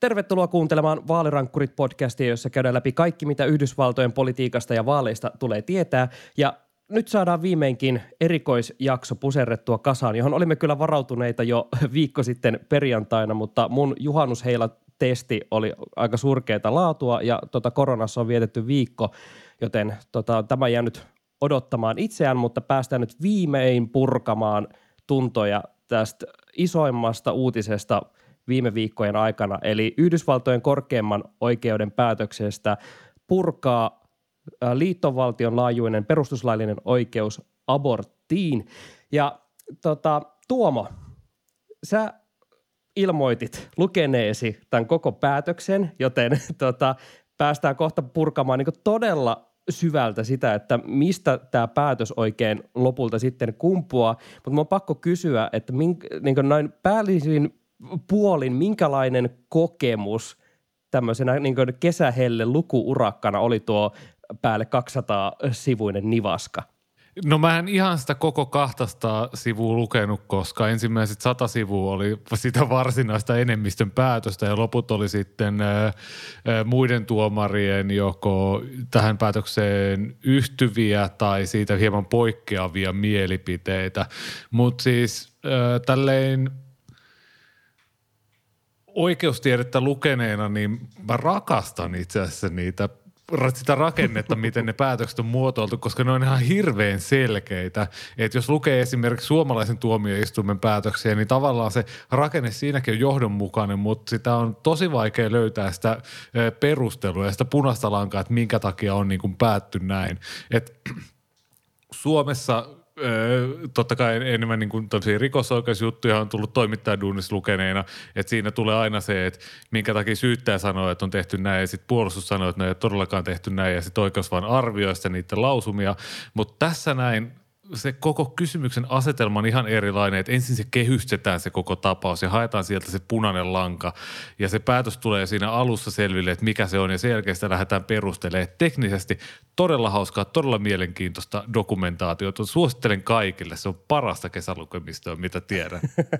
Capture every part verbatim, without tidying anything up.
Tervetuloa kuuntelemaan Vaalirankkurit-podcastia, jossa käydään läpi kaikki, mitä Yhdysvaltojen politiikasta ja vaaleista tulee tietää. Ja nyt saadaan viimeinkin erikoisjakso puserrettua kasaan, johon olimme kyllä varautuneita jo viikko sitten perjantaina, mutta mun juhannusheila-testi oli aika surkeata laatua ja tota, koronassa on vietetty viikko, joten tota, tämä jää nyt odottamaan itseään, mutta päästään nyt viimein purkamaan tuntoja tästä isoimmasta uutisesta viime viikkojen aikana, eli Yhdysvaltojen korkeimman oikeuden päätöksestä purkaa liittovaltion laajuinen perustuslaillinen oikeus aborttiin. Ja tota, Tuomo, sä ilmoitit lukeneesi tämän koko päätöksen, joten tota, päästään kohta purkamaan niin kuin todella syvältä sitä, että mistä tämä päätös oikein lopulta sitten kumpuaa. Mutta mun on pakko kysyä, että mink, niin kuin noin päällisin puolin, minkälainen kokemus tämmöisenä niin kuin kesähelle lukuurakkana oli tuo päälle kaksisataa-sivuinen nivaska? No mä en ihan sitä koko kahtasta sivua lukenut, koska ensimmäiset sata sivua oli sitä varsinaista enemmistön päätöstä ja loput oli sitten ää, ää, muiden tuomarien joko tähän päätökseen yhtyviä tai siitä hieman poikkeavia mielipiteitä. Mutta siis ää, tälleen oikeustiedettä lukeneena, niin mä rakastan itse asiassa niitä sitä rakennetta, miten ne päätökset on muotoiltu, koska ne on ihan hirveän selkeitä. Että jos lukee esimerkiksi suomalaisen tuomioistuimen päätöksiä, niin tavallaan se rakenne siinäkin on johdonmukainen, mutta sitä on tosi vaikea löytää sitä perustelua ja sitä punaista lankaa, että minkä takia on niin kuin päätty näin. Että Suomessa Öö, totta kai enemmän niin kuin rikosoikeusjuttuja on tullut toimittajaduunissa lukeneena, että siinä tulee aina se, että minkä takia syyttäjä sanoo, että on tehty näin ja sitten puolustus sanoo, että ne ei ole todellakaan tehty näin ja sitten oikeus vaan arvioi sitä niiden lausumia, mutta tässä näin se koko kysymyksen asetelma on ihan erilainen, että ensin se kehystetään se koko tapaus ja haetaan sieltä se punainen lanka ja se päätös tulee siinä alussa selville, että mikä se on ja sen jälkeen sitä lähdetään perustelemaan. Teknisesti todella hauskaa, todella mielenkiintoista dokumentaatiota. Suosittelen kaikille, se on parasta kesälukemistoa, mitä tiedän.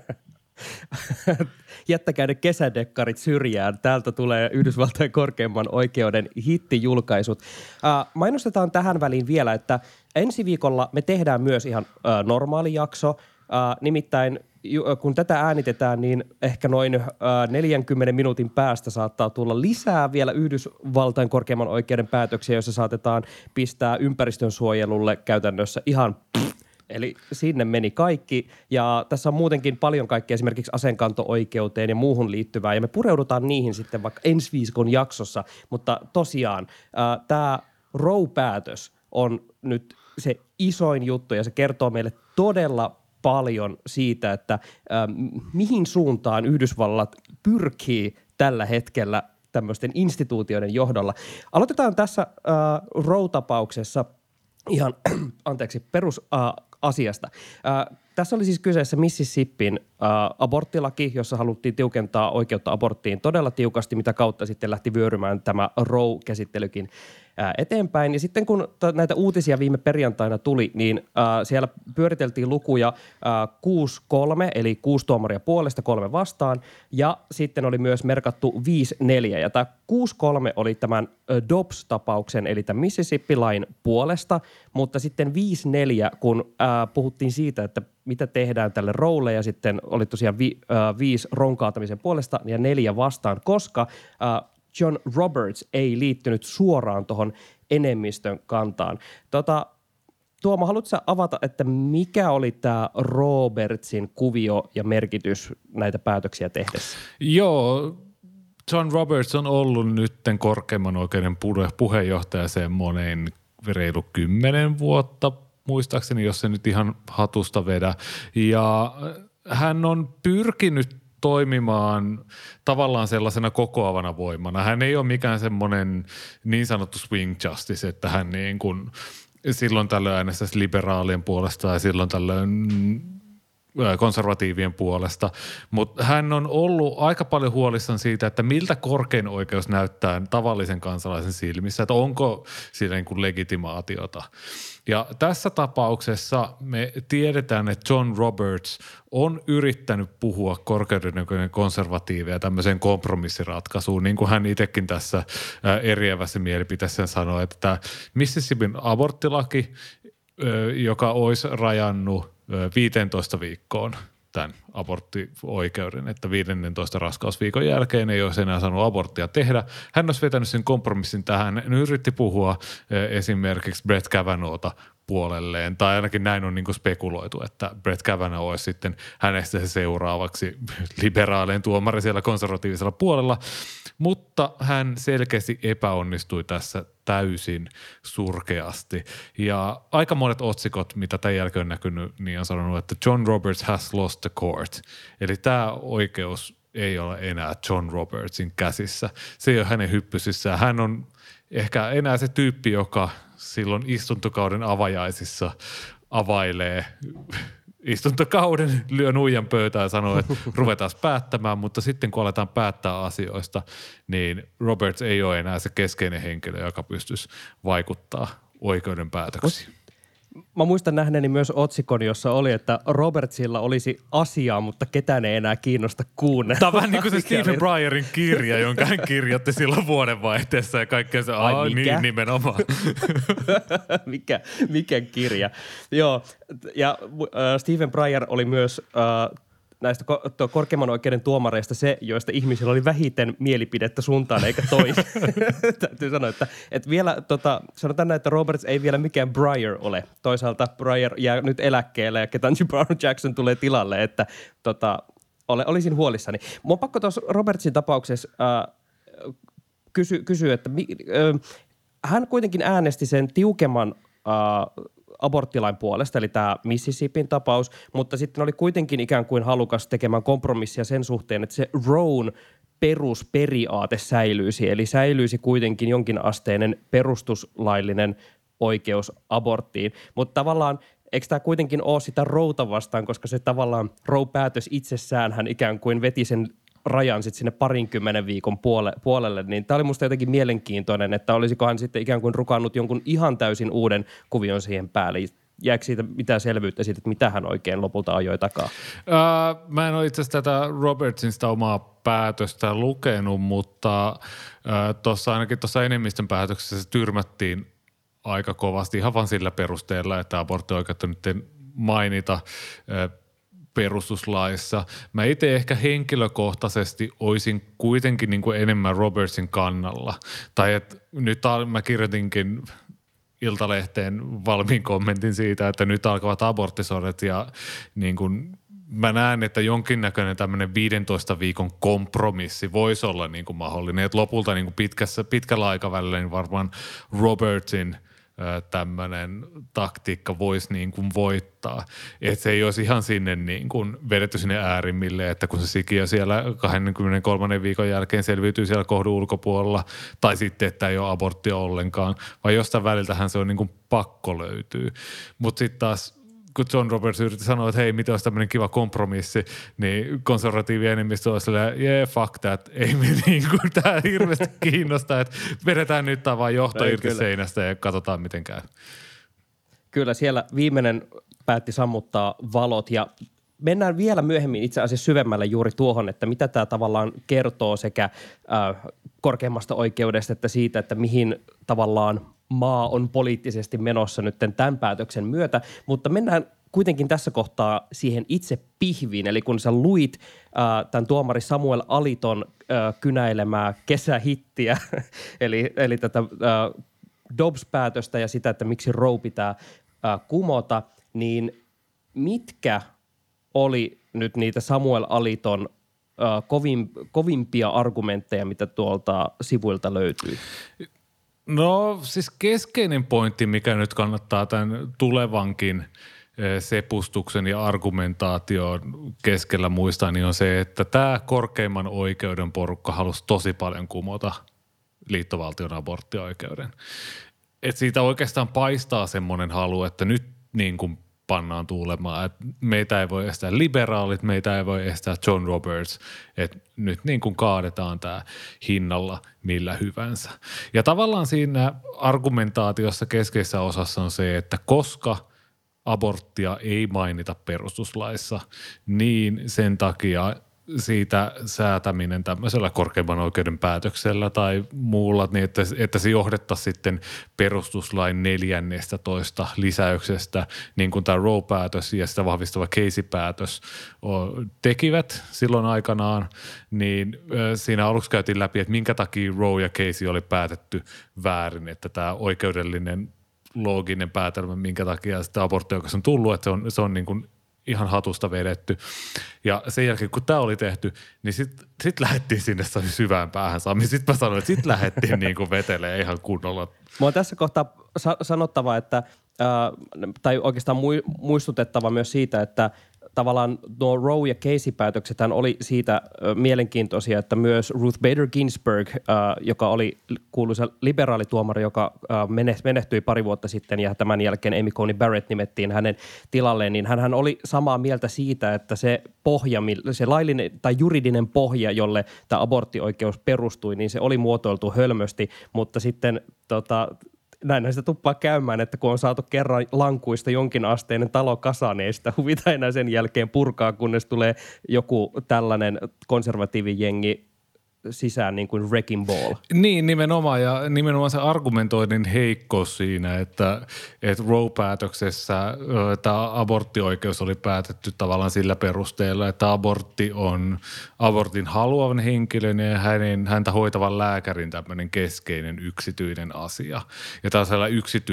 Jättäkää ne kesädekkarit syrjään. Täältä tulee Yhdysvaltojen korkeimman oikeuden hittijulkaisut. Äh, mainostetaan tähän väliin vielä, että ensi viikolla me tehdään myös ihan äh, normaali jakso. Äh, nimittäin kun tätä äänitetään, niin ehkä noin äh, neljänkymmenen minuutin päästä saattaa tulla lisää vielä Yhdysvaltain korkeimman oikeuden päätöksiä, joissa saatetaan pistää ympäristönsuojelulle käytännössä ihan pff, eli sinne meni kaikki ja tässä on muutenkin paljon kaikkea esimerkiksi aseenkanto-oikeuteen ja muuhun liittyvää ja me pureudutaan niihin sitten vaikka ensi viikon jaksossa, mutta tosiaan äh, tämä Roe-päätös on nyt se isoin juttu ja se kertoo meille todella paljon siitä, että äh, mihin suuntaan Yhdysvallat pyrkii tällä hetkellä tämmöisten instituutioiden johdolla. Aloitetaan tässä äh, Roe-tapauksessa ihan, anteeksi, perusasiasta. Äh, äh, tässä oli siis kyseessä Mississippin äh, aborttilaki, jossa haluttiin tiukentaa oikeutta aborttiin todella tiukasti, mitä kautta sitten lähti vyörymään tämä Roe-käsittelykin äh, eteenpäin. Ja sitten kun t- näitä uutisia viime perjantaina tuli, niin äh, siellä pyöriteltiin lukuja äh, kuusi kolme, eli kuusi tuomaria puolesta, kolme vastaan, ja sitten oli myös merkattu viisi neljä. Ja tämä kuusi kolme oli tämän äh, Dobbs-tapauksen, eli tämän Mississippi-lain puolesta, mutta sitten viisi neljä, kun äh, puhuttiin siitä, että mitä tehdään tälle Roelle ja sitten oli tosiaan vi, äh, viisi ronkaatamisen puolesta ja neljä vastaan, koska äh, John Roberts ei liittynyt suoraan tuohon enemmistön kantaan. Tota, Tuomo, haluatko sä avata, että mikä oli tämä Robertsin kuvio ja merkitys näitä päätöksiä tehdessä? Joo, John Roberts on ollut nytten korkeimman oikeuden puheenjohtaja semmoinen reilu kymmenen vuotta muistaakseni, jos se nyt ihan hatusta vedä. Ja hän on pyrkinyt toimimaan tavallaan sellaisena kokoavana voimana. Hän ei ole mikään semmoinen niin sanottu swing justice, että hän niin kuin silloin tällöin äänestäisi liberaalien puolesta ja silloin tällöin konservatiivien puolesta, mutta hän on ollut aika paljon huolissaan siitä, että miltä korkein oikeus näyttää tavallisen kansalaisen silmissä, että onko siinä niin kuin legitimaatiota. Ja tässä tapauksessa me tiedetään, että John Roberts on yrittänyt puhua korkeuden konservatiiveja tämmöiseen kompromissiratkaisuun, niin kuin hän itsekin tässä eriävässä mielipiteessä sanoi, että tämä Mississippin aborttilaki, joka olisi rajannut viisitoista viikkoon tämän aborttioikeuden, että viidennentoista raskausviikon jälkeen ei olisi enää saanut aborttia tehdä. Hän olisi vetänyt sen kompromissin tähän. Hän yritti puhua esimerkiksi Brett Kavanaughta puolelleen, tai ainakin näin on niin kuin spekuloitu, että Brett Kavanaugh olisi sitten hänestä se seuraavaksi liberaaleen tuomari siellä konservatiivisella puolella, mutta hän selkeästi epäonnistui tässä täysin surkeasti. Ja aika monet otsikot, mitä tämän jälkeen on näkynyt, niin on sanonut, että John Roberts has lost the court. Eli tämä oikeus ei ole enää John Robertsin käsissä. Se ei ole hänen hyppysissään. Hän on ehkä enää se tyyppi, joka silloin istuntokauden avajaisissa availee istuntokauden, lyö nuijan pöytään ja sanoo, että ruvetaan päättämään, mutta sitten kun aletaan päättää asioista, niin Roberts ei ole enää se keskeinen henkilö, joka pystyisi vaikuttaa oikeuden päätöksiin. Mä muistan nähneeni myös otsikon, jossa oli, että Robertsilla olisi asiaa, mutta ketään ei enää kiinnosta kuunnella. Tämä on vähän niin kuin se Stephen Bryerin kirja, jonka hän kirjoitti silloin vuodenvaihteessa ja kaikkea se, aah niin nimenomaan. mikä, mikä kirja? Joo, ja äh, Stephen Breyer oli myös äh, näistä ko- korkeimman oikeuden tuomareista se, joista ihmisillä oli vähiten mielipidettä suuntaan eikä toiseen. Täytyy sanoa, että, että vielä tota, sanotaan näin, että Roberts ei vielä mikään Breyer ole. Toisaalta Breyer jää nyt eläkkeelle ja Ketanji Brown Jackson tulee tilalle, että tota, ole, olisin huolissani. Mun on pakko tuossa Robertsin tapauksessa äh, kysyä, kysy, että mi, äh, hän kuitenkin äänesti sen tiukemman äh, aborttilain puolesta, eli tämä Mississippin tapaus, mutta sitten oli kuitenkin ikään kuin halukas tekemään kompromissia sen suhteen, että se Roen perusperiaate säilyisi, eli säilyisi kuitenkin jonkinasteinen perustuslaillinen oikeus aborttiin, mutta tavallaan eikö tämä kuitenkin ole sitä Roeta vastaan, koska se tavallaan Roe-päätös itsessään hän ikään kuin veti sen rajan sitten sinne parinkymmenen viikon puole, puolelle, niin tämä oli musta jotenkin mielenkiintoinen, että olisikohan sitten ikään kuin rukannut jonkun ihan täysin uuden kuvion siihen päälle. Jääkö siitä mitään selvyyttä siitä, että mitä hän oikein lopulta ajoi takaa? Öö, mä en ole itse asiassa tätä Robertsin sitä omaa päätöstä lukenut, mutta öö, tuossa ainakin tuossa enemmistön päätöksessä se tyrmättiin aika kovasti ihan vaan sillä perusteella, että aborttioikeutta nyt ei mainita öö, perustuslaissa. Mä itse ehkä henkilökohtaisesti olisin kuitenkin niin kuin enemmän Robertsin kannalla. Tai että nyt mä kirjoitinkin Iltalehteen valmiin kommentin siitä, että nyt alkavat aborttisodat ja niin kuin mä näen, että jonkinnäköinen tämmöinen viidentoista viikon kompromissi voisi olla niin kuin mahdollinen. Että lopulta niin kuin pitkässä, pitkällä aikavälillä niin varmaan Robertsin tämmöinen taktiikka voisi niin kuin voittaa. Että se ei olisi ihan sinne niin kuin vedetty sinne äärimmille, että kun se sikiö siellä kaksikymmentäkolme viikon jälkeen selviytyy siellä kohdun ulkopuolella, tai sitten, että ei ole aborttia ollenkaan, vaan jostain väliltähän se on niin kuin pakko löytyy. Mutta sitten taas kun John Roberts yritti sanoa, että hei, mitä olisi tämmöinen kiva kompromissi, niin konservatiivien enemmistö olisi silleen, yeah, fuck that, ei me niin kuin tämä hirveästi kiinnosta, että vedetään nyt tämä vaan johto irti seinästä ja katsotaan miten käy. Kyllä, siellä viimeinen päätti sammuttaa valot ja mennään vielä myöhemmin itse asiassa syvemmälle juuri tuohon, että mitä tämä tavallaan kertoo sekä äh, korkeimmasta oikeudesta että siitä, että mihin tavallaan maa on poliittisesti menossa nyt tämän päätöksen myötä, mutta mennään kuitenkin tässä kohtaa siihen itse pihviin, eli kun sä luit äh, tämän tuomari Samuel Aliton äh, kynäilemää kesähittiä, eli, eli tätä äh, Dobbs-päätöstä ja sitä, että miksi Roe pitää äh, kumota, niin mitkä oli nyt niitä Samuel Aliton äh, kovin, kovimpia argumentteja, mitä tuolta sivuilta löytyy? No siis keskeinen pointti, mikä nyt kannattaa tämän tulevankin sepustuksen ja argumentaation keskellä muistaa, niin on se, että tämä korkeimman oikeuden porukka halusi tosi paljon kumota liittovaltion aborttioikeuden. Että siitä oikeastaan paistaa semmoinen halu, että nyt niin kuin pannaan tuulemaan, että meitä ei voi estää liberaalit, meitä ei voi estää John Roberts, että nyt niin kuin kaadetaan tämä hinnalla millä hyvänsä. Ja tavallaan siinä argumentaatiossa keskeisessä osassa on se, että koska aborttia ei mainita perustuslaissa, niin sen takia siitä säätäminen tämmöisellä korkeimman oikeuden päätöksellä tai muulla, niin että, että se johdettaisiin sitten perustuslain neljännestä toista lisäyksestä, niin kuin tämä Roe-päätös ja sitä vahvistava Casey-päätös tekivät silloin aikanaan, niin siinä aluksi käytiin läpi, että minkä takia Roe ja Casey oli päätetty väärin, että tämä oikeudellinen looginen päätelmä, minkä takia sitä aborttioikeus on tullut, että se on, se on niin kuin ihan hatusta vedetty. Ja sen jälkeen, kun tämä oli tehty, niin sitten sit lähdettiin sinne syvään päähän Sami. Sitten mä sanoin, että sitten lähdettiin niin kuin vetelee ihan kunnolla. Mä oon tässä kohtaa sa- sanottava, että, äh, tai oikeastaan muistutettava myös siitä, että tavallaan nuo Roe ja Casey-päätöksethän oli siitä äh, mielenkiintoisia, että myös Ruth Bader Ginsburg, äh, joka oli kuuluisa liberaalituomari, joka äh, menehtyi pari vuotta sitten ja tämän jälkeen Amy Coney Barrett nimettiin hänen tilalleen, niin hän oli samaa mieltä siitä, että se pohja, se laillinen tai juridinen pohja, jolle tämä aborttioikeus perustui, niin se oli muotoiltu hölmösti, mutta sitten tota, näinhän sitä tuppaa käymään, että kun on saatu kerran lankuista jonkin asteinen talo kasaan, niin ei sitä huvita enää sen jälkeen purkaa, kunnes tulee joku tällainen konservatiivijengi sisään niin kuin wrecking ball. Niin, nimenomaan ja nimenomaan se argumentoinnin heikkous siinä, että, että Roe-päätöksessä tämä aborttioikeus oli päätetty tavallaan sillä perusteella, että abortti on abortin haluavan henkilön ja hänen, häntä hoitavan lääkärin tämmöinen keskeinen yksityinen asia. Ja tällaisella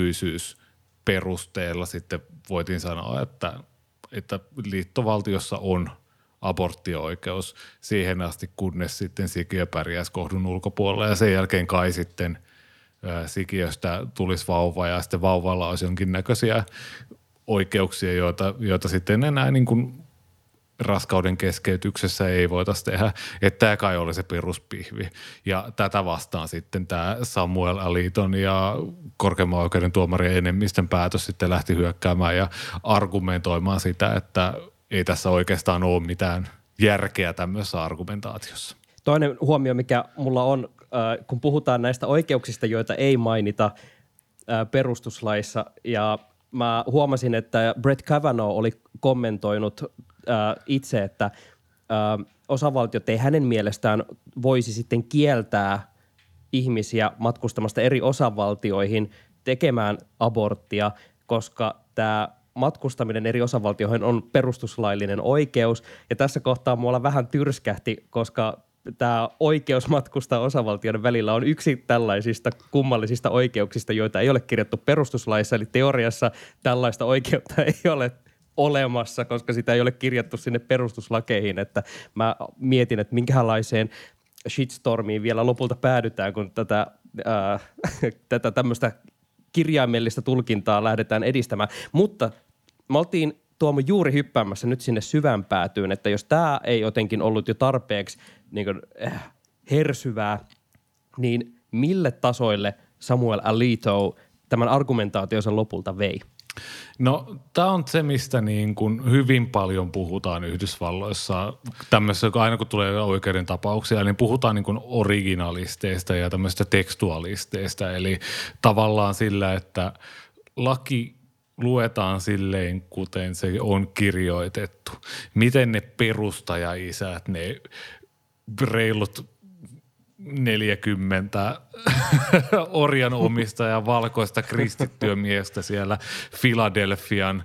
yksityisyysperusteella sitten voitiin sanoa, että, että liittovaltiossa on aborttio-oikeus siihen asti, kunnes sitten sikiö pärjäisi kohdun ulkopuolella ja sen jälkeen kai sitten ää, sikiöstä tulisi vauva ja sitten vauvalla olisi jonkinnäköisiä oikeuksia, joita, joita sitten enää niin kuin raskauden keskeytyksessä ei voitaisi tehdä. Että tämä kai oli se peruspihvi ja tätä vastaan sitten tämä Samuel Alliton ja korkeimman oikeuden tuomarien enemmistön päätös sitten lähti hyökkäämään ja argumentoimaan sitä, että ei tässä oikeastaan ole mitään järkeä tämmöisessä argumentaatiossa. Toinen huomio, mikä mulla on, äh, kun puhutaan näistä oikeuksista, joita ei mainita äh, perustuslaissa, ja mä huomasin, että Brett Kavanaugh oli kommentoinut äh, itse, että äh, osavaltiot ei hänen mielestään voisi sitten kieltää ihmisiä matkustamasta eri osavaltioihin tekemään aborttia, koska tämä matkustaminen eri osavaltioihin on perustuslaillinen oikeus, ja tässä kohtaa mulla vähän tyrskähti, koska tämä oikeus matkustaa osavaltioiden välillä on yksi tällaisista kummallisista oikeuksista, joita ei ole kirjattu perustuslaissa, eli teoriassa tällaista oikeutta ei ole olemassa, koska sitä ei ole kirjattu sinne perustuslakeihin, että mä mietin, että minkälaiseen shitstormiin vielä lopulta päädytään, kun tätä, ää, tätä tämmöistä kirjaimellista tulkintaa lähdetään edistämään, mutta me oltiin Tuomo juuri hyppäämässä nyt sinne syvään päätyyn, että jos tämä ei jotenkin ollut jo tarpeeksi niin kuin, äh, hersyvää, niin mille tasoille Samuel Alito tämän argumentaationsa lopulta vei? No tämä on se, mistä niin kuin hyvin paljon puhutaan Yhdysvalloissa tämmöisessä, aina kun tulee oikeuden tapauksia, niin puhutaan niin kuin originalisteista ja tämmöistä tekstualisteista, eli tavallaan sillä, että laki luetaan silleen, kuten se on kirjoitettu. Miten ne perustajaisät, ne reilut neljäkymmentä orjan omistaja valkoista kristittyä miestä siellä Filadelfian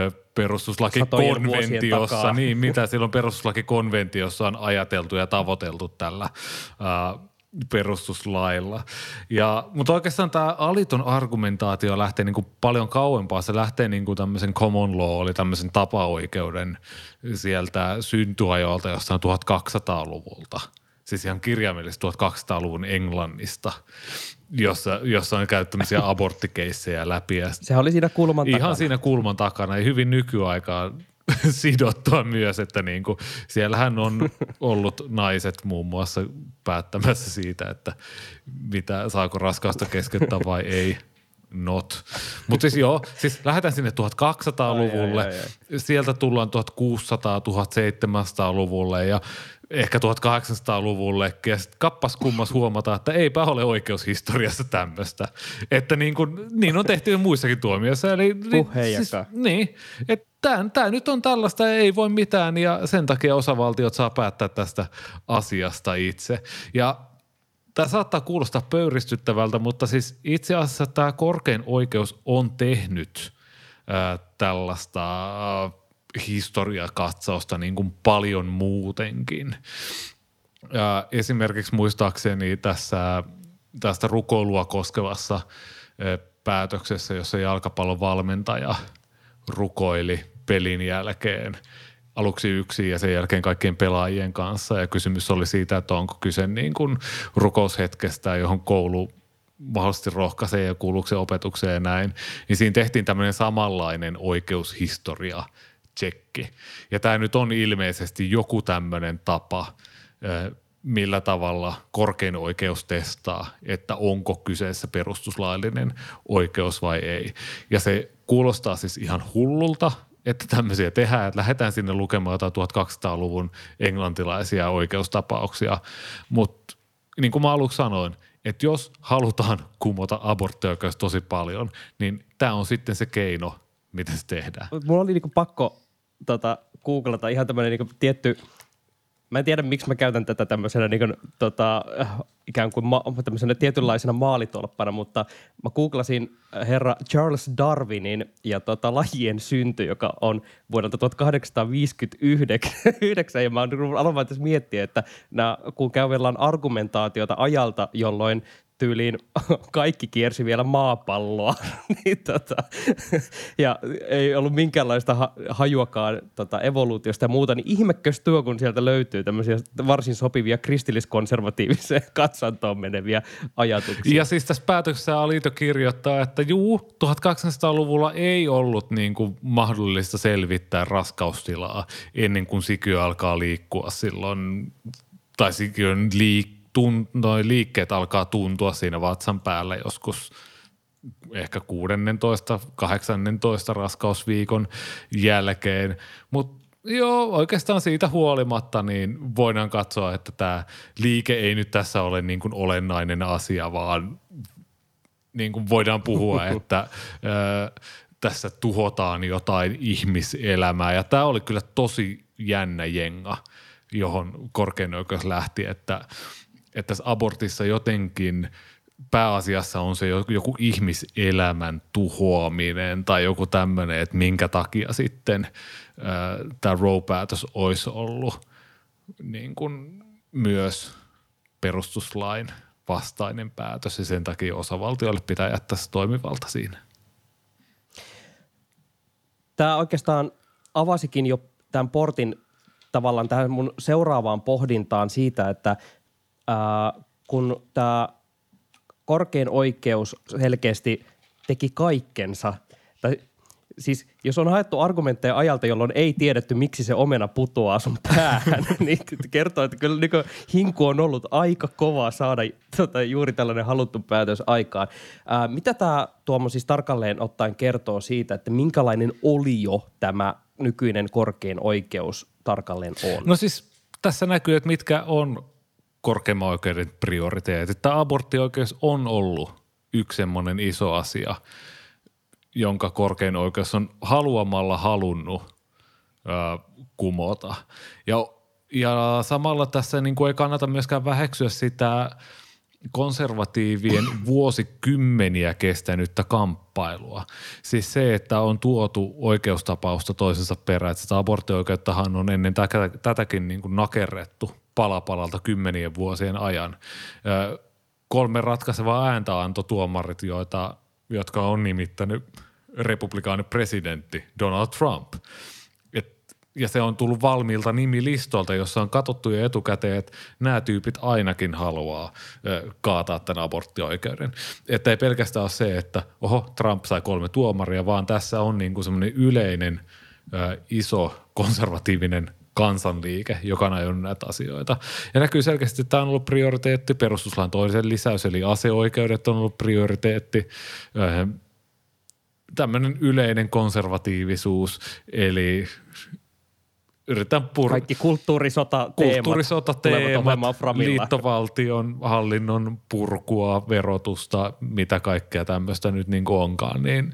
perustuslakikonventiossa, niin mitä silloin perustuslakikonventiossa on ajateltu ja tavoiteltu tällä äh, perustuslailla. Ja, mutta oikeastaan tämä Aliton argumentaatio lähtee niin kuin paljon kauempaa. Se lähtee niin kuin tämmöisen common law, eli tämmöisen tapaoikeuden sieltä syntyajoilta jossain tuhatkaksisataaluvulta. Siis ihan kirjaimellisesti tuhatkaksisataaluvun Englannista, jossa, jossa on käyty tämmöisiä aborttikeissejä läpi. Sehän oli siinä kulman ihan takana. Ihan siinä kulman takana ja hyvin nykyaikaan sidottua myös, että niinku, siellähän on ollut naiset muun muassa päättämässä siitä, että mitä, saako raskausta keskeyttää vai ei. not. Mutta siis joo, siis lähdetään sinne tuhatkaksisataaluvulle, ai, ai, ai. Sieltä tullaan tuhatkuusisataa tuhatseitsemänsataa-luvulle ja ehkä tuhatkahdeksansataaluvulle, ja sitten kappas kummas huomata, että eipä ole oikeushistoriassa tämmöistä. Että niin, kuin, niin on tehty jo muissakin tuomioissa. Eli, uh, siis, niin, että tämä nyt on tällaista, ei voi mitään, ja sen takia osavaltiot saa päättää tästä asiasta itse. Ja tämä saattaa kuulostaa pöyristyttävältä, mutta siis itse asiassa tämä korkein oikeus on tehnyt ää, tällaista ää, historiakatsausta niin kuin paljon muutenkin. Ja esimerkiksi muistaakseni tässä tästä rukoilua koskevassa ää, päätöksessä, jossa jalkapallon valmentaja rukoili pelin jälkeen aluksi yksin ja sen jälkeen kaikkien pelaajien kanssa. Ja kysymys oli siitä, että onko kyse niin kuin rukoushetkestä, johon koulu mahdollisesti rohkaisee ja kuuluuko se opetukseen ja näin. Niin siinä tehtiin tämmöinen samanlainen oikeushistoria tsekki. Ja tämä nyt on ilmeisesti joku tämmöinen tapa, millä tavalla korkein oikeus testaa, että onko kyseessä perustuslaillinen oikeus vai ei. Ja se kuulostaa siis ihan hullulta, että tämmöisiä tehdään, että lähdetään sinne lukemaan jotain tuhatkaksisataaluvun englantilaisia oikeustapauksia. Mutta niin kuin mä aluksi sanoin, että jos halutaan kumota aborttioikeus tosi paljon, niin tämä on sitten se keino, miten se tehdään. Mulla oli niinku pakko tota, googlata ihan tämmöinen niinku tietty, mä en tiedä miksi mä käytän tätä tämmöisenä niinku, tota, ikään kuin ma- tämmöisenä tietynlaisena maalitolppana, mutta mä googlasin herra Charles Darwinin ja tota, lajien synty, joka on vuodelta tuhatkahdeksansataaviisikymmentäyhdeksän ja mä aloin tässä miettiä, että nää, kun käydään argumentaatiota ajalta, jolloin tyyliin kaikki kiersi vielä maapalloa, niin tota, ja ei ollut minkäänlaista ha- hajuakaan tota evoluutiosta ja muuta, niin ihmekös tuo, kun sieltä löytyy tämmöisiä varsin sopivia kristilliskonservatiiviseen katsantoon meneviä ajatuksia. Ja siis tässä päätöksessä Alito kirjoittaa, että juu, tuhatkahdeksansataaluvulla ei ollut niin kuin mahdollista selvittää raskaustilaa ennen kuin sikiö alkaa liikkua silloin, tai sikiön liikkua. Tun, noi liikkeet alkaa tuntua siinä vatsan päällä joskus ehkä kuudennentoista, kahdeksannentoista raskausviikon jälkeen. Mutta joo, oikeastaan siitä huolimatta niin voidaan katsoa, että tämä liike ei nyt tässä ole niin kuin olennainen asia, vaan niin kuin voidaan puhua, että ö, tässä tuhotaan jotain ihmiselämää. Ja tämä oli kyllä tosi jännä jenga, johon korkein oikeus lähti, että että tässä abortissa jotenkin pääasiassa on se joku ihmiselämän tuhoaminen tai joku tämmöinen, että minkä takia sitten tämä Roe-päätös olisi ollut niin kuin myös perustuslain vastainen päätös ja sen takia osavaltioille pitää jättää se toimivalta siinä. Tämä oikeastaan avasikin jo tämän portin tavallaan tähän mun seuraavaan pohdintaan siitä, että Äh, kun tämä korkein oikeus selkeästi teki kaikkensa, tai siis jos on haettu argumentteja ajalta, jolloin ei tiedetty, miksi se omena putoaa sun päähän, niin kertoo, että kyllä niin hinku on ollut aika kova saada tota, juuri tällainen haluttu päätös aikaan. Äh, mitä tämä Tuomo siis tarkalleen ottaen kertoo siitä, että minkälainen oli jo tämä nykyinen korkein oikeus tarkalleen on? No siis tässä näkyy, että mitkä on korkeimman oikeuden prioriteetit. Tämä aborttioikeus on ollut yksi semmoinen iso asia, jonka korkein oikeus on haluamalla halunnut ää, kumota. Ja, ja samalla tässä niin kuin ei kannata myöskään väheksyä sitä konservatiivien vuosikymmeniä kestänyttä kamppailua. Siis se, että on tuotu oikeustapausta toisensa perään, että sitä aborttioikeuttahan on ennen tätäkin niin kuin nakerrettu palapalalta kymmenien vuosien ajan. Kolme ratkaisevaa ääntä antoi tuomarit, joita, jotka on nimittänyt republikaani presidentti Donald Trump. Et, ja se on tullut valmiilta nimilistolta, jossa on katsottu jo etukäteen, että nämä tyypit ainakin haluaa ö, kaataa tämän aborttioikeuden. Että ei pelkästään ole se, että oho, Trump sai kolme tuomaria, vaan tässä on niin kuin semmoinen yleinen ö, iso konservatiivinen kansanliike, joka on ajanut näitä asioita. Ja näkyy selkeästi, että tämä on ollut prioriteetti. Perustuslain toisen lisäys, eli aseoikeudet on ollut prioriteetti. tämmöinen yleinen konservatiivisuus, eli yritän pur... Kaikki kulttuurisota-teemat. Kulttuurisota-teemat, liittovaltion hallinnon purkua, verotusta, mitä kaikkea tämmöistä nyt niin kuin onkaan, niin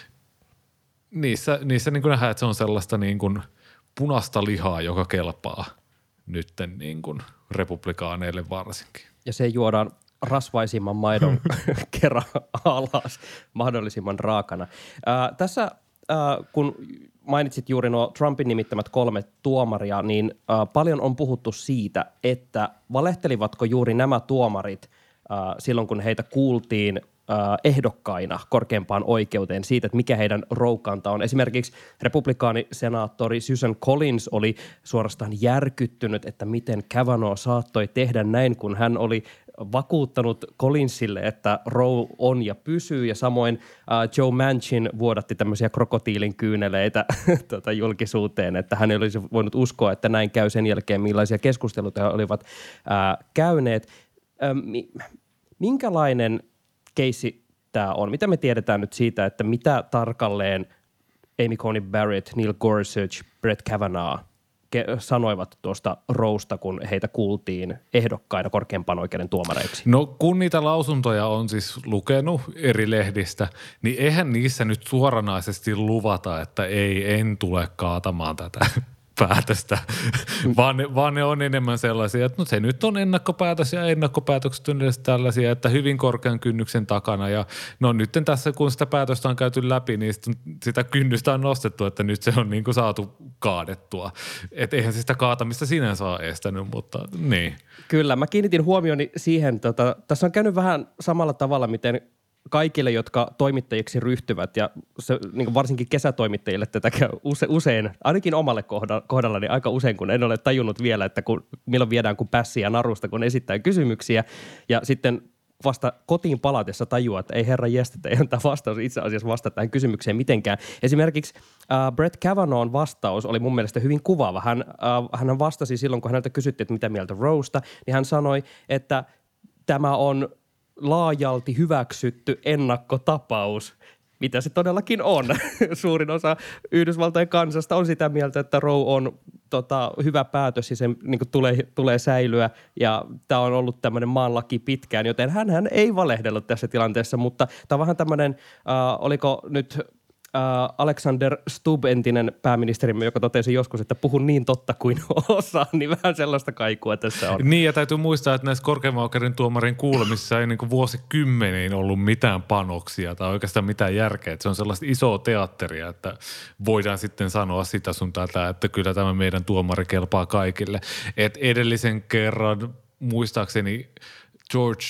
niissä, niissä niin kuin nähdään, että se on sellaista niin kuin punaista lihaa, joka kelpaa nytten niin kuin republikaaneille varsinkin. Ja se juodaan rasvaisimman maidon kerran alas mahdollisimman raakana. Ää, tässä ää, kun mainitsit juuri nuo Trumpin nimittämät kolme tuomaria, niin ää, paljon on puhuttu siitä, että valehtelivatko juuri nämä tuomarit ää, silloin, kun heitä kuultiin ää, ehdokkaina korkeimpaan oikeuteen siitä, että mikä heidän Roe-kanta on. Esimerkiksi republikaanisenaattori Susan Collins oli suorastaan järkyttynyt, että miten Kavanaugh saattoi tehdä näin, kun hän oli vakuuttanut Collinsille, että Roe on ja pysyy, ja samoin uh, Joe Manchin vuodatti tämmöisiä krokotiilin kyyneleitä tota, julkisuuteen, että hän ei olisi voinut uskoa, että näin käy sen jälkeen, millaisia keskusteluita he olivat uh, käyneet. Uh, minkälainen keissi tämä on? Mitä me tiedetään nyt siitä, että mitä tarkalleen Amy Coney Barrett, Neil Gorsuch, Brett Kavanaugh sanoivat tuosta Roesta, kun heitä kuultiin ehdokkaina korkeimpaan oikeuden tuomareiksi? No kun niitä lausuntoja on siis lukenut eri lehdistä, niin eihän niissä nyt suoranaisesti luvata, että ei, en tule kaatamaan tätä päätöstä, vaan ne, vaan ne on enemmän sellaisia, että no se nyt on ennakkopäätös ja ennakkopäätökset on edes tällaisia, että hyvin korkean kynnyksen takana ja no nyt tässä kun sitä päätöstä on käyty läpi, niin sitä kynnystä on nostettu, että nyt se on niin kuin saatu kaadettua. Että eihän se sitä kaatamista sinänsä ole estänyt, mutta niin. Kyllä, mä kiinnitin huomioni siihen, tota, tässä on käynyt vähän samalla tavalla, miten kaikille, jotka toimittajiksi ryhtyvät ja se, niin kuin varsinkin kesätoimittajille tätä käy use, usein, ainakin omalle kohdalla, kohdallani aika usein, kun en ole tajunnut vielä, että kun, milloin viedään kuin pässiä narusta, kun esittää kysymyksiä ja sitten vasta kotiin palatessa tajuaa, että ei herra jestetä, ei tämä vastaus itse asiassa vasta tähän kysymykseen mitenkään. Esimerkiksi äh, Brett Kavanaughn vastaus oli mun mielestä hyvin kuvaava. Hän, äh, hän vastasi silloin, kun häneltä kysyttiin, että mitä mieltä Roesta, niin hän sanoi, että tämä on laajalti hyväksytty ennakkotapaus, mitä se todellakin on. Suurin osa Yhdysvaltojen kansasta on sitä mieltä, että Roe on tota, hyvä päätös ja sen niin kuin tulee, tulee säilyä. Ja tämä on ollut tämmöinen maanlaki pitkään, joten hänhän ei valehdellut tässä tilanteessa, mutta tämä on vähän tämmöinen, äh, oliko nyt Uh, Alexander Stubb, entinen pääministerimme, joka totesi joskus, että puhun niin totta kuin osaan, niin vähän sellaista kaikua tässä on. Niin, ja täytyy muistaa, että näissä korkeimman oikeuden tuomarin kuulemissa ei niin kuin vuosikymmeniin ollut mitään panoksia tai oikeastaan mitään järkeä. Että se on sellaista isoa teatteria, että voidaan sitten sanoa sitä sun tätä, että kyllä tämä meidän tuomari kelpaa kaikille. Et edellisen kerran muistaakseni George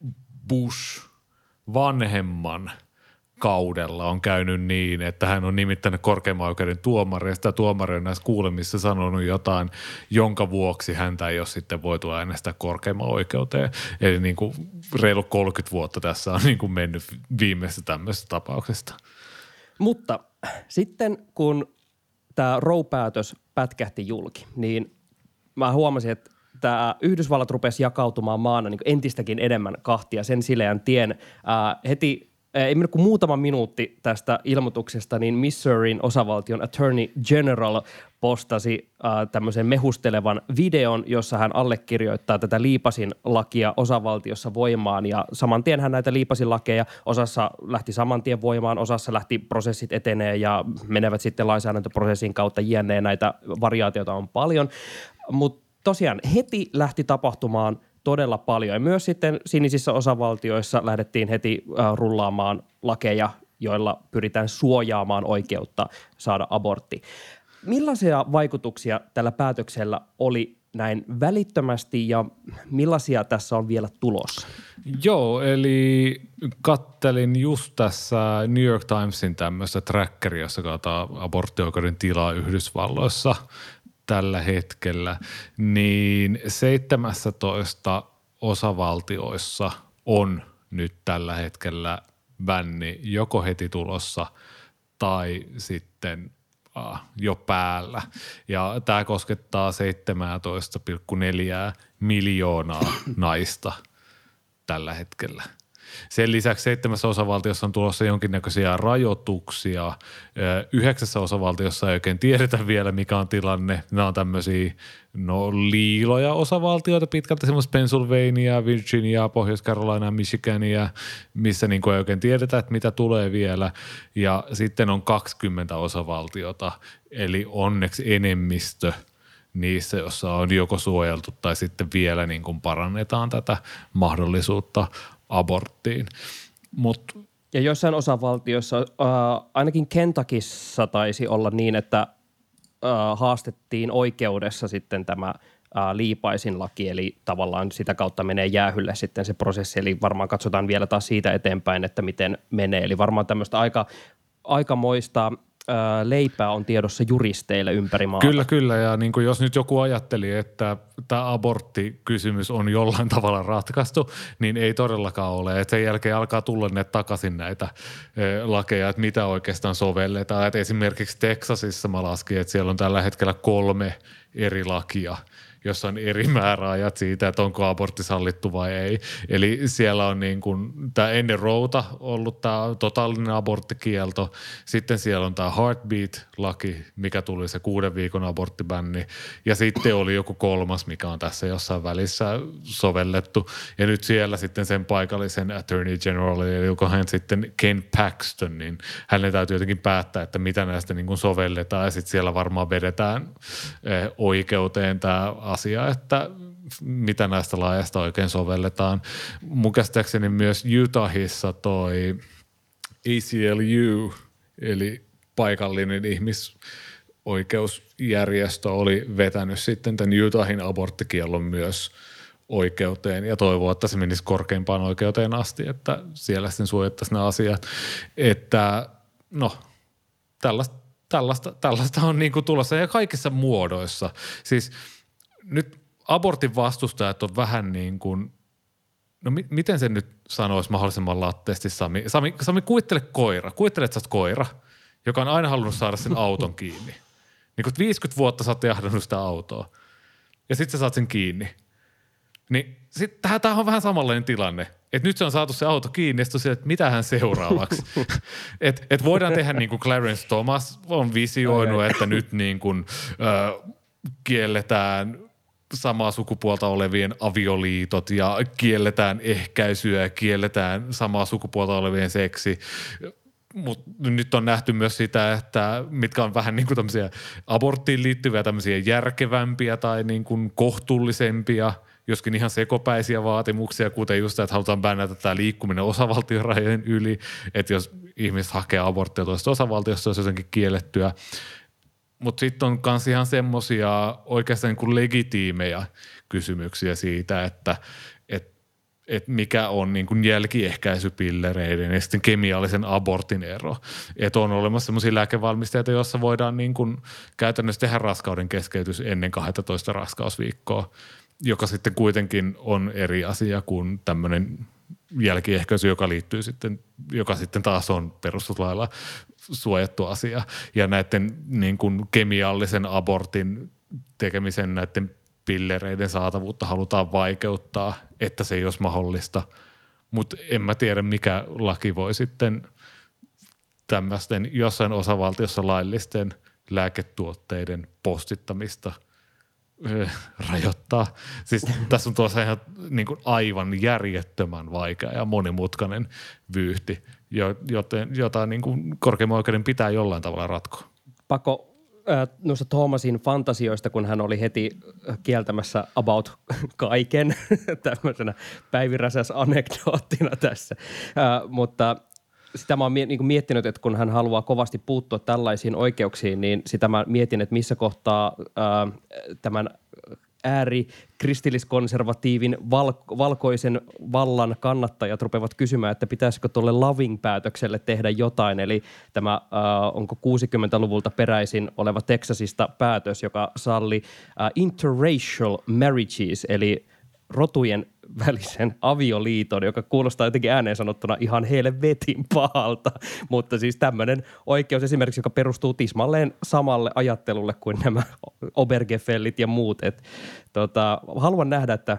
Bush vanhemman kaudella on käynyt niin, että hän on nimittänyt korkeimman oikeuden tuomari ja sitä tuomari on näissä kuulemissa sanonut jotain, jonka vuoksi häntä ei ole sitten voitu äänestää korkeimman oikeuteen. Eli niin kuin reilu kolmekymmentä vuotta tässä on niin kuin mennyt viimeisestä tämmöisestä tapauksesta. Mutta sitten kun tämä Roe-päätös pätkähti julki, niin mä huomasin, että tämä Yhdysvallat rupesi jakautumaan maana niin kuin entistäkin enemmän kahtia sen sileän tien. Ää, heti ei mennyt kuin muutama minuutti tästä ilmoituksesta, niin Missourin osavaltion Attorney General postasi äh, tämmöisen mehustelevan videon, jossa hän allekirjoittaa tätä liipasin lakia osavaltiossa voimaan. Ja saman tien hän näitä liipasin lakeja osassa lähti saman tien voimaan, osassa lähti prosessit etenee ja menevät sitten lainsäädäntöprosessin kautta jne. Näitä variaatioita on paljon, mutta tosiaan heti lähti tapahtumaan todella paljon. Ja myös sitten sinisissä osavaltioissa lähdettiin heti äh, rullaamaan lakeja, joilla pyritään suojaamaan oikeutta saada abortti. Millaisia vaikutuksia tällä päätöksellä oli näin välittömästi ja millaisia tässä on vielä tulossa? Joo, eli kattelin just tässä New York Timesin tämmöistä trackeria, jossa katsotaan aborttioikeuden tilaa Yhdysvalloissa tällä hetkellä, niin seitsemässätoista osavaltioissa on nyt tällä hetkellä bänni joko heti tulossa tai sitten äh, jo päällä. Ja tämä koskettaa seitsemäntoista pilkku neljä miljoonaa naista tällä hetkellä. Sen lisäksi seitsemässä osavaltiossa on tulossa jonkinnäköisiä rajoituksia. Yhdeksässä osavaltiossa ei oikein tiedetä vielä, mikä on tilanne. Nämä on tämmöisiä no, liiloja osavaltioita pitkälti, semmoista Pennsylvania, Virginia, Pohjois-Carolina, Michigania, missä niin kuin ei oikein tiedetä, että mitä tulee vielä. Ja sitten on kaksikymmentä osavaltiota, eli onneksi enemmistö niissä, jossa on joko suojeltu tai sitten vielä niin kuin parannetaan tätä mahdollisuutta aborttiin. Mut ja joissain osavaltioissa, äh, ainakin Kentuckyssa taisi olla niin, että äh, haastettiin oikeudessa sitten tämä äh, liipaisin laki, eli tavallaan sitä kautta menee jäähylle sitten se prosessi, eli varmaan katsotaan vielä taas siitä eteenpäin, että miten menee. Eli varmaan tämmöistä aika, aikamoista leipää on tiedossa juristeille ympäri maata. Kyllä, kyllä. Ja niin kuin jos nyt joku ajatteli, että tämä aborttikysymys on jollain tavalla ratkaistu, niin ei todellakaan ole. Että sen jälkeen alkaa tulla ne takaisin näitä lakeja, että mitä oikeastaan sovelletaan. Että esimerkiksi Teksasissa mä laskin, että siellä on tällä hetkellä kolme eri lakia, jossa on eri määräajat siitä, että onko abortti sallittu vai ei. Eli siellä on niin kuin tämä ennen Rowta ollut tämä totaalinen aborttikielto. Sitten siellä on tämä Heartbeat-laki, mikä tuli se kuuden viikon aborttibänni. Ja sitten oli joku kolmas, mikä on tässä jossain välissä sovellettu. Ja nyt siellä sitten sen paikallisen attorney general, joka hän sitten Ken Paxton, niin hänen täytyy jotenkin päättää, että mitä näistä niin kuin sovelletaan. Ja sitten siellä varmaan vedetään eh, oikeuteen tämä asia, että mitä näistä laajasta oikein sovelletaan. Mun käsittääkseni myös Utahissa toi A C L U, eli paikallinen ihmisoikeusjärjestö, oli vetänyt sitten tämän Utahin aborttikiellon myös oikeuteen ja toivoo, että se menisi korkeimpaan oikeuteen asti, että siellä sitten suojattaisiin nämä asiat. Että no, tällaista, tällaista, tällaista on niin kuin tulossa ja kaikissa muodoissa. Siis nyt abortin vastustajat on vähän niin kuin, no mi- miten sen nyt sanoisi mahdollisimman latteesti, Sami? Sami, Sami kuvittele koira. Kuvittele, että sä oot koira, joka on aina halunnut saada sen auton kiinni. Niin kun viisikymmentä vuotta sä oot jahdannut sitä autoa ja sit sä saat sen kiinni. Niin sit tää on vähän samanlainen tilanne. Että nyt se on saatu se auto kiinni ja sitten on että mitähän seuraavaksi. Että et voidaan tehdä niin kuin Clarence Thomas on visioinut, että nyt niin kuin äh, kielletään samaa sukupuolta olevien avioliitot ja kielletään ehkäisyä ja kielletään samaa sukupuolta olevien seksi. Mutta nyt on nähty myös sitä, että mitkä on vähän niin kuin tämmöisiä aborttiin liittyviä tämmöisiä järkevämpiä tai niin kuin kohtuullisempia, joskin ihan sekopäisiä vaatimuksia, kuten just, että halutaan bännätä tämä liikkuminen osavaltiorajojen yli, että jos ihmiset hakee aborttia toisesta osavaltiosta, se olisi jotenkin kiellettyä. Mutta sitten on myös ihan semmoisia oikeastaan niin kuin legitiimejä kysymyksiä siitä, että et, et mikä on niin kuin jälkiehkäisypillereiden ja sitten kemiallisen abortin ero. Että on olemassa semmoisia lääkevalmisteita, joissa voidaan niin kuin käytännössä tehdä raskauden keskeytys ennen kaksitoista raskausviikkoa, joka sitten kuitenkin on eri asia kuin tämmöinen jälkiehkäisy, joka liittyy sitten, joka sitten taas on perustuslailla suojattu asia. Ja näiden niin kuin kemiallisen abortin tekemisen näiden pillereiden saatavuutta halutaan vaikeuttaa, että se ei olisi mahdollista. Mutta en mä tiedä, mikä laki voi sitten tämmöisten jossain osavaltiossa laillisten lääketuotteiden postittamista rajoittaa. Siis tässä on tuossa ihan niin kuin aivan järjettömän vaikea ja monimutkainen vyyhti, joten, jota niin kuin korkeimman oikeuden pitää jollain tavalla ratkoa. Pakko äh, noista Thomasin fantasioista, kun hän oli heti kieltämässä about kaiken tämmöisenä päiviräsäs anekdoottina tässä, äh, mutta sitä mä oon niin miettinyt, että kun hän haluaa kovasti puuttua tällaisiin oikeuksiin, niin sitä mä mietin, että missä kohtaa ää, tämän ääri kristilliskonservatiivin val- valkoisen vallan kannattajat rupeavat kysymään, että pitäisikö tuolle Loving-päätökselle tehdä jotain. Eli tämä ää, onko kuusikymmentäluvulta peräisin oleva Teksasista päätös, joka salli ää, interracial marriages, eli rotujen välisen avioliiton, joka kuulostaa jotenkin ääneen sanottuna ihan helvetin pahalta, mutta siis tämmöinen oikeus esimerkiksi, joka perustuu tismalleen samalle ajattelulle kuin nämä Obergefellit ja muut. Et, tota, haluan nähdä, että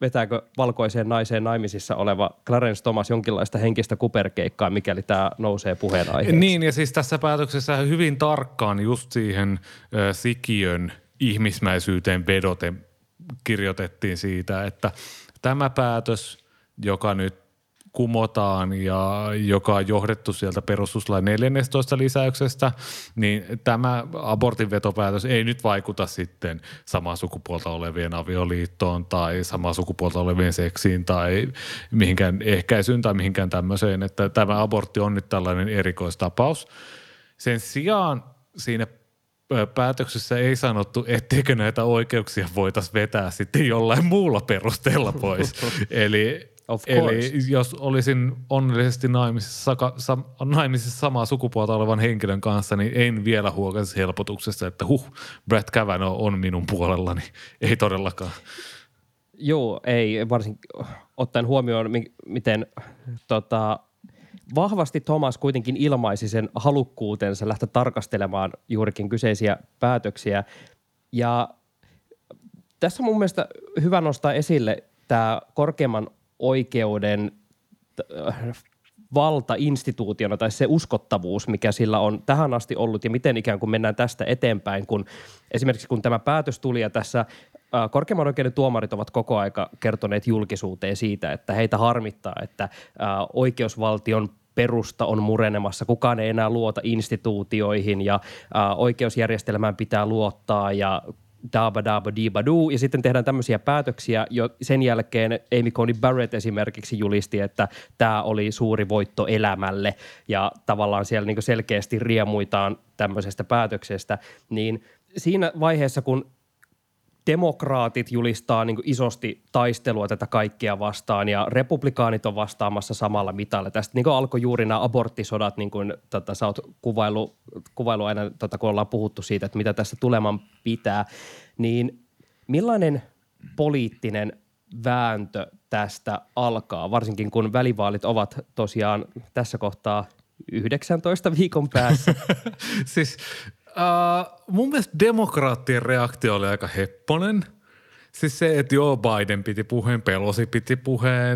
vetääkö valkoiseen naiseen naimisissa oleva Clarence Thomas jonkinlaista henkistä kuperkeikkaa, mikäli tämä nousee puheenaiheeksi. Niin, ja siis tässä päätöksessä hyvin tarkkaan just siihen ö, sikiön ihmismäisyyteen vedoten kirjoitettiin siitä, että tämä päätös, joka nyt kumotaan ja joka on johdettu sieltä perustuslain neljännestätoista lisäyksestä, niin tämä abortin vetopäätös ei nyt vaikuta sitten samaa sukupuolta olevien avioliittoon tai samaa sukupuolta olevien seksiin tai mihinkään ehkäisyyn tai mihinkään tämmöiseen, että tämä abortti on nyt tällainen erikoistapaus. Sen sijaan siinä päätöksessä ei sanottu, etteikö näitä oikeuksia voitaisiin vetää sitten jollain muulla perusteella pois. Eli Eli jos olisin onnellisesti naimisissa, sa, naimisissa samaa sukupuolta olevan henkilön kanssa, niin en vielä huokaisi helpotuksesta, että huh, Brett Kavanaugh on minun puolellani. Ei todellakaan. Joo, ei varsinkin ottaen huomioon, miten tota, vahvasti Thomas kuitenkin ilmaisi sen halukkuutensa lähteä tarkastelemaan juurikin kyseisiä päätöksiä. Ja tässä on mun mielestä hyvä nostaa esille tämä korkeimman oikeuden valta instituutiona tai se uskottavuus, mikä sillä on tähän asti ollut ja miten ikään kuin mennään tästä eteenpäin, kun esimerkiksi kun tämä päätös tuli ja tässä korkeimman oikeuden tuomarit ovat koko aika kertoneet julkisuuteen siitä, että heitä harmittaa, että oikeusvaltion perusta on murenemassa, kukaan ei enää luota instituutioihin ja oikeusjärjestelmään pitää luottaa ja daaba daaba diibaduu, ja sitten tehdään tämmöisiä päätöksiä, jo sen jälkeen Amy Coney Barrett esimerkiksi julisti, että tämä oli suuri voitto elämälle, ja tavallaan siellä niin kuin selkeästi riemuitaan tämmöisestä päätöksestä, niin siinä vaiheessa, kun demokraatit julistaa niin kuin isosti taistelua tätä kaikkea vastaan ja republikaanit on vastaamassa samalla mitalla. Tästä niin kuin alkoi juuri nämä aborttisodat, niin kuin tota, sä oot kuvailu, kuvailu aina, tota, kun ollaan puhuttu siitä, että mitä tässä tuleman pitää. Niin millainen poliittinen vääntö tästä alkaa, varsinkin kun välivaalit ovat tosiaan tässä kohtaa yhdeksäntoista viikon päässä? Siis Uh, mun mielestä demokraattien reaktio oli aika hepponen. Siis se, että joo, Biden piti puheen, Pelosi piti puheen,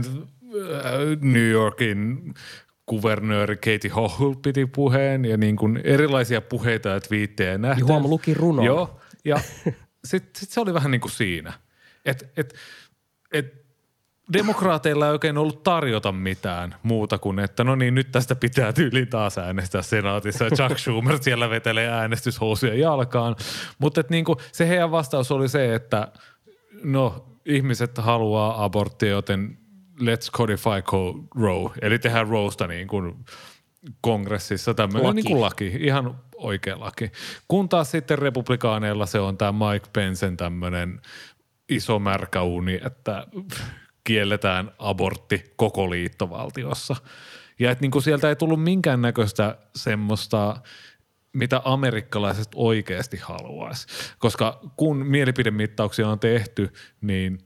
New Yorkin kuvernööri Katie Hochul piti puheen ja niin kuin erilaisia puheita ja twiittejä nähty. Juha luki runon. Joo, ja sitten sit se oli vähän niin kuin siinä, että et, et, demokraateilla ei oikein ollut tarjota mitään muuta kuin, että no niin, nyt tästä pitää tyyliin taas äänestää senaatissa ja Chuck Schumer siellä vetelee äänestyshousuja jalkaan. Mutta niinku, se heidän vastaus oli se, että no ihmiset haluaa aborttia, joten let's codify Roe. Eli tehdään Roesta niin kuin kongressissa tämmöinen laki. Niin kuin laki, ihan oikea laki. Kun taas sitten republikaaneilla se on tämä Mike Pensen tämmöinen iso märkä uni, että kielletään abortti koko liittovaltiossa. Ja että niinku sieltä ei tullut minkäännäköistä semmoista, mitä amerikkalaiset oikeasti haluaisi. Koska kun mielipidemittauksia on tehty, niin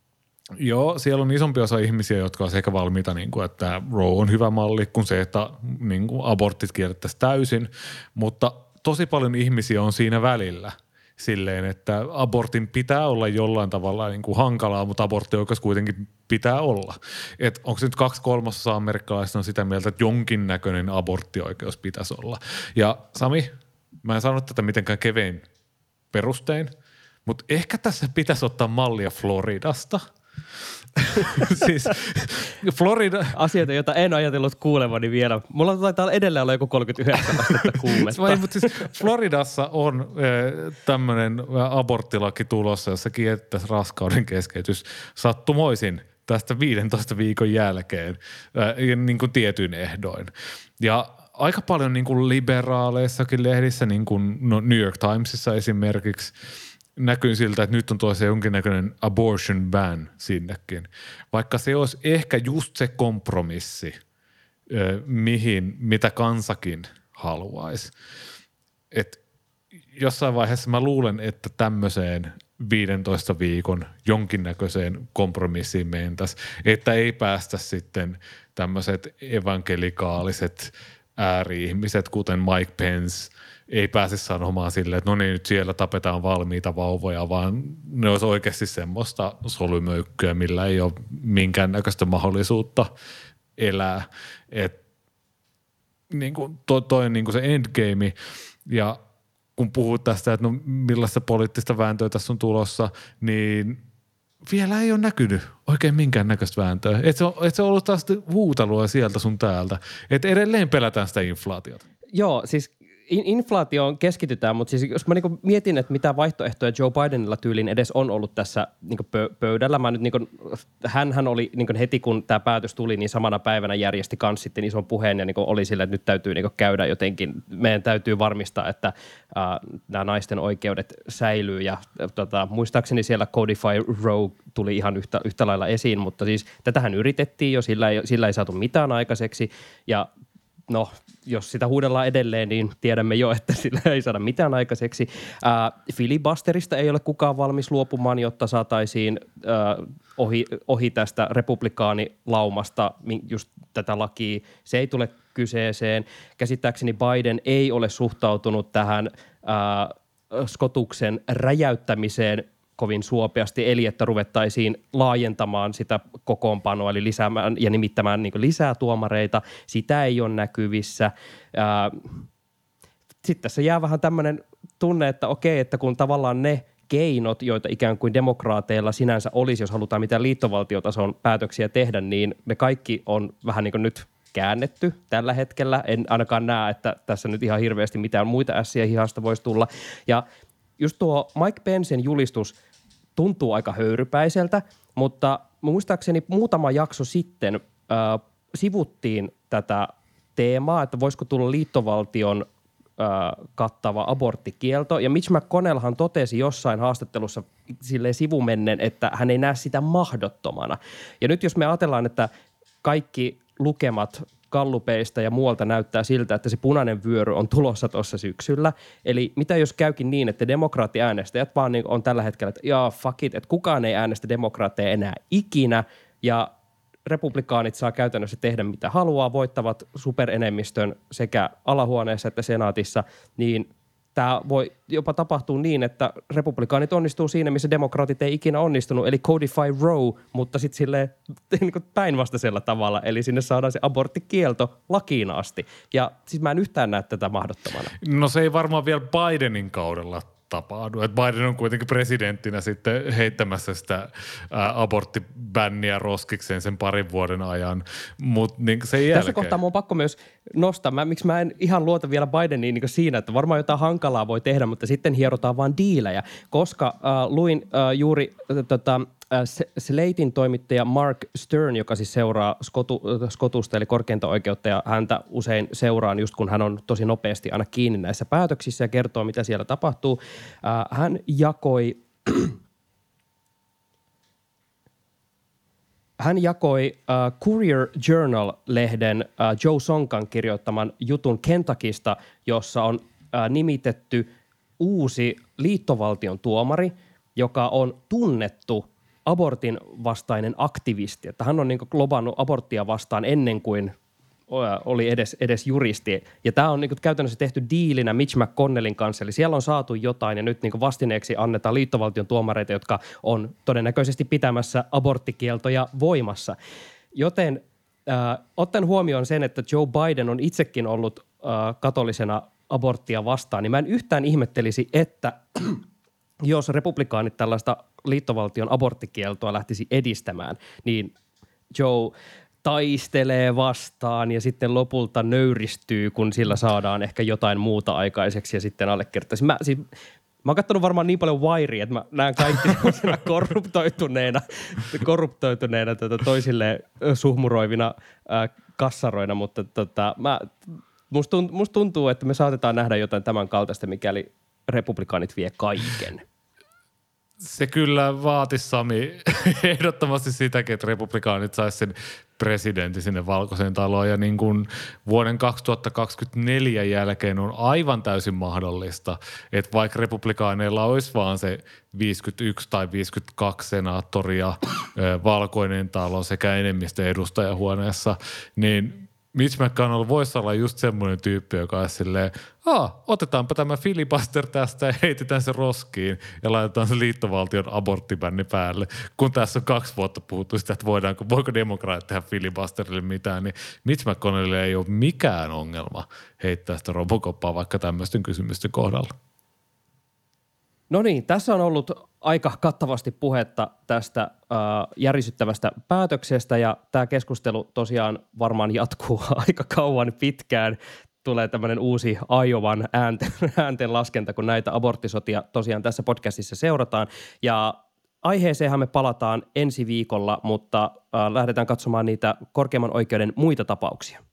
joo, siellä on isompi osa ihmisiä, jotka on sekä valmiita, niin kuin, että Roe on hyvä malli, kuin se, että niin kuin abortit kiellettäisiin täysin. Mutta tosi paljon ihmisiä on siinä välillä. Silleen, että abortin pitää olla jollain tavalla niin kuin hankalaa, mutta aborttioikeus kuitenkin pitää olla. Että onko se nyt kaksi kolmasosaa amerikkalaisista on sitä mieltä, että jonkinnäköinen aborttioikeus pitäisi olla. Ja Sami, mä en sano tätä mitenkään kevein perustein, mutta ehkä tässä pitäisi ottaa mallia Floridasta. Siis Florida. Asioita, joita en ajatellut kuulevani vielä. Mulla taitaa edelleen olla joku kolmekymmentäyhdeksän astetta kuumetta. Vai, mutta siis Floridassa on äh, tämmöinen aborttilaki tulossa, jossa kiellettäisiin raskauden keskeytys sattumoisin tästä viidentoista viikon jälkeen äh, niin kuin tietyin ehdoin. Ja aika paljon niin kuin liberaaleissakin lehdissä, niin kuin no New York Timesissa esimerkiksi, näkyy siltä, että nyt on toiseen jonkinnäköinen abortion ban sinnekin. Vaikka se olisi ehkä just se kompromissi, mihin, mitä kansakin haluaisi. Et jossain vaiheessa mä luulen, että tämmöiseen viidentoista viikon jonkinnäköiseen kompromissiin mentäisiin, että ei päästä sitten tämmöiset evankelikaaliset ääri-ihmiset, kuten Mike Pence, ei pääse sanomaan silleen, että no niin, nyt siellä tapetaan valmiita vauvoja, vaan ne olisi oikeasti semmoista solymöykkyä, millä ei ole minkäännäköistä mahdollisuutta elää. Et, niin kuin, toi, toi on niin kuin se endgame. Ja kun puhut tästä, että no millaista poliittista vääntöä tässä on tulossa, niin vielä ei ole näkynyt oikein minkäännäköistä vääntöä. Et se, et se on ollut taas huutelua sieltä sun täältä. Että edelleen pelätään sitä inflaatiota. Joo, siis inflaatioon keskitytään, mutta siis jos mä niinku mietin, että mitä vaihtoehtoja Joe Bidenilla tyylin edes on ollut tässä niinku pöydällä. Mä nyt niinku, hänhän oli niinku heti, kun tämä päätös tuli, niin samana päivänä järjesti kans sitten ison puheen ja niinku oli sillä, että nyt täytyy niinku käydä jotenkin. Meidän täytyy varmistaa, että äh, nämä naisten oikeudet säilyy ja äh, tota, muistaakseni siellä Codify Row tuli ihan yhtä, yhtä lailla esiin, mutta siis tätähän yritettiin jo, sillä ei, sillä ei saatu mitään aikaiseksi ja no, jos sitä huudellaan edelleen, niin tiedämme jo, että sillä ei saada mitään aikaiseksi. Äh, filibusterista ei ole kukaan valmis luopumaan, jotta saataisiin äh, ohi, ohi tästä republikaanilaumasta just tätä lakia. Se ei tule kyseeseen. Käsittääkseni Biden ei ole suhtautunut tähän äh, skotuksen räjäyttämiseen kovin suopeasti, eli että ruvettaisiin laajentamaan sitä kokoonpanoa, eli lisäämään ja nimittämään niin kuin lisää tuomareita. Sitä ei ole näkyvissä. Sitten tässä jää vähän tämmöinen tunne, että okei, että kun tavallaan ne keinot, joita ikään kuin demokraateilla sinänsä olisi, jos halutaan mitään liittovaltiotason päätöksiä tehdä, niin ne kaikki on vähän niin kuin nyt käännetty tällä hetkellä. En ainakaan näe, että tässä nyt ihan hirveästi mitään muita ässiä hihasta voisi tulla. Ja just tuo Mike Pencen julistus tuntuu aika höyrypäiseltä, mutta muistaakseni muutama jakso sitten äh, sivuttiin tätä teemaa, että voisiko tulla liittovaltion äh, kattava aborttikielto. Ja Mitch McConnellhan totesi jossain haastattelussa silleen sivumennen, että hän ei näe sitä mahdottomana. Ja nyt jos me ajatellaan, että kaikki lukemat gallupeista ja muualta näyttää siltä, että se punainen vyöry on tulossa tuossa syksyllä. Eli mitä jos käykin niin, että demokraattiäänestäjät vaan niin on tällä hetkellä, että jaa, fuck it, että kukaan ei äänestä demokraatteja enää ikinä ja republikaanit saa käytännössä tehdä mitä haluaa, voittavat superenemmistön sekä alahuoneessa että senaatissa, niin tämä voi jopa tapahtua niin, että republikaanit onnistuu siinä, missä demokraatit ei ikinä onnistunut, eli Codify Row, mutta sitten silleen niin päinvastaisella tavalla, eli sinne saadaan se aborttikielto lakiin asti. Ja siis mä en yhtään näe tätä mahdottomana. No se ei varmaan vielä Bidenin kaudella tapahdu. Et Biden on kuitenkin presidenttinä sitten heittämässä sitä ää, aborttibänniä roskikseen sen parin vuoden ajan, mutta niin sen jälkeen. Tässä kohtaa mun on pakko myös nostaa, mä, miksi mä en ihan luota vielä Bideniin niin siinä, että varmaan jotain hankalaa voi tehdä, mutta sitten hierotaan vaan diilejä, koska äh, luin äh, juuri äh, tota, Slatein toimittaja Mark Stern, joka siis seuraa Skotu, Skotusta eli korkeinta oikeutta ja häntä usein seuraan just kun hän on tosi nopeasti aina kiinni näissä päätöksissä ja kertoo mitä siellä tapahtuu. Äh, hän jakoi Hän jakoi uh, Courier Journal-lehden uh, Joe Sonkan kirjoittaman jutun Kentuckysta, jossa on uh, nimitetty uusi liittovaltion tuomari, joka on tunnettu abortin vastainen aktivisti. Että hän on niin kuin lobannut aborttia vastaan ennen kuin oli edes, edes juristi. Ja tämä on niin kuin käytännössä tehty diilinä Mitch McConnellin kanssa. Eli siellä on saatu jotain ja nyt niin kuin vastineeksi annetaan liittovaltion tuomareita, jotka on todennäköisesti pitämässä aborttikieltoja voimassa. Joten äh, ottaen huomioon sen, että Joe Biden on itsekin ollut äh, katolisena aborttia vastaan, niin mä en yhtään ihmettelisi, että jos republikaanit tällaista liittovaltion aborttikieltoa lähtisi edistämään, niin Joe taistelee vastaan ja sitten lopulta nöyristyy, kun sillä saadaan ehkä jotain muuta aikaiseksi ja sitten allekirjoittaisi. Mä, siis, mä oon katsonut varmaan niin paljon Wirea, että mä näen kaikki korruptoituneena, korruptoituneena tota, toisille suhmuroivina äh, kassaroina, mutta tota, mä, musta, musta tuntuu, että me saatetaan nähdä jotain tämän kaltaista, mikäli republikaanit vie kaiken. Se kyllä vaatisi, Sami, ehdottomasti sitäkin, että republikaanit saisi sen presidentin sinne Valkoiseen taloon. Ja niin kuin vuoden kaksituhattakaksikymmentäneljä jälkeen on aivan täysin mahdollista, että vaikka republikaaneilla olisi vaan se viisikymmentäyksi tai viisikymmentäkaksi senaattoria, Valkoinen talo sekä enemmistö edustajahuoneessa, niin Mitch McConnell voisi olla just semmoinen tyyppi, joka on silleen, Aa, otetaanpa tämä filibuster tästä ja heitetään se roskiin ja laitetaan se liittovaltion aborttibänni päälle. Kun tässä on kaksi vuotta puhuttu sitä, että voidaanko, voiko demokraatit tehdä filibusterille mitään, niin Mitch McConnellille ei ole mikään ongelma heittää sitä robocoppaa vaikka tämmöisten kysymysten kohdalla. No niin, tässä on ollut aika kattavasti puhetta tästä äh, järisyttävästä päätöksestä ja tämä keskustelu tosiaan varmaan jatkuu aika kauan pitkään. Tulee tämmöinen uusi Iowan äänten, äänten laskenta, kun näitä aborttisotia tosiaan tässä podcastissa seurataan. Ja aiheeseenhan me palataan ensi viikolla, mutta äh, lähdetään katsomaan niitä korkeimman oikeuden muita tapauksia.